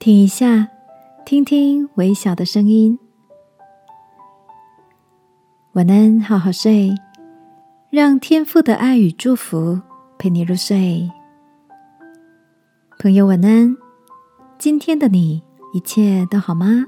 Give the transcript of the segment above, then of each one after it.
停一下，听听微小的声音。晚安，好好睡，让天父的爱与祝福陪你入睡。朋友晚安，今天的你一切都好吗？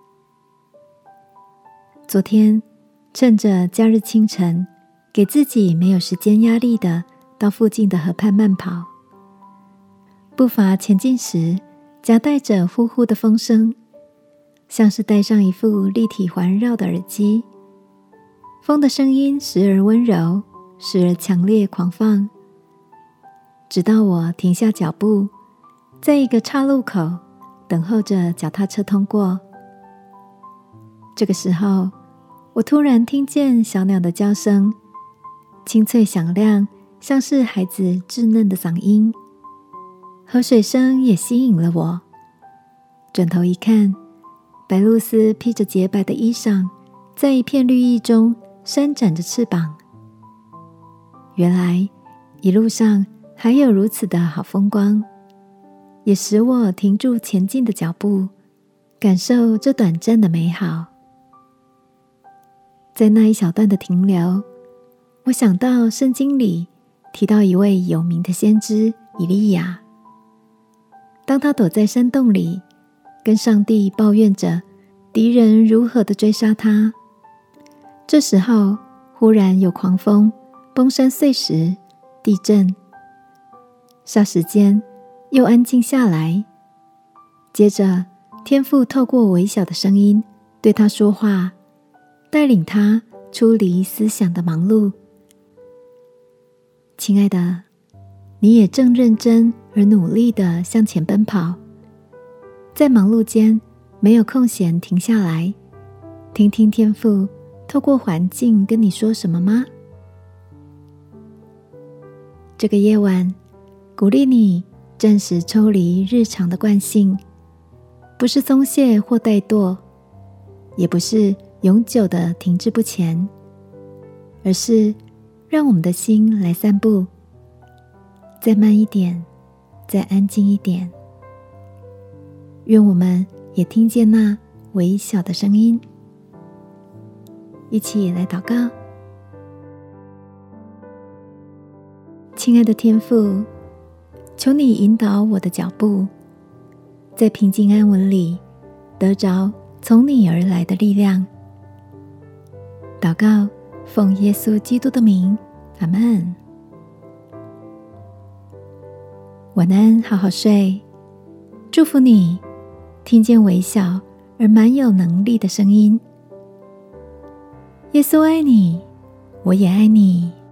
昨天趁着假日清晨，给自己没有时间压力的到附近的河畔慢跑，步伐前进时夹带着呼呼的风声，像是戴上一副立体环绕的耳机。风的声音时而温柔，时而强烈狂放，直到我停下脚步，在一个岔路口等候着脚踏车通过。这个时候，我突然听见小鸟的叫声，清脆响亮，像是孩子稚嫩的嗓音。河水声也吸引了我，转头一看，白鹭鸶披着洁白的衣裳，在一片绿意中扇展着翅膀。原来一路上还有如此的好风光，也使我停住前进的脚步，感受这短暂的美好。在那一小段的停留，我想到圣经里提到一位有名的先知以利亚。当他躲在山洞里，跟上帝抱怨着敌人如何的追杀他，这时候忽然有狂风、崩山碎石、地震，霎时间又安静下来。接着天父透过微小的声音对他说话，带领他出离思想的忙碌。亲爱的，你也正认真而努力地向前奔跑，在忙碌间没有空闲停下来，听听天父透过环境跟你说什么吗？这个夜晚，鼓励你暂时抽离日常的惯性，不是松懈或怠惰，也不是永久的停滞不前，而是让我们的心来散步，再慢一点，再安静一点。愿我们也听见那微小的声音。一起来祷告。亲爱的天父，求你引导我的脚步，在平静安稳里得着从你而来的力量。祷告，奉耶稣基督的名，阿们。晚安，好好睡。祝福你，听见微小而蛮有能力的声音。耶稣爱你，我也爱你。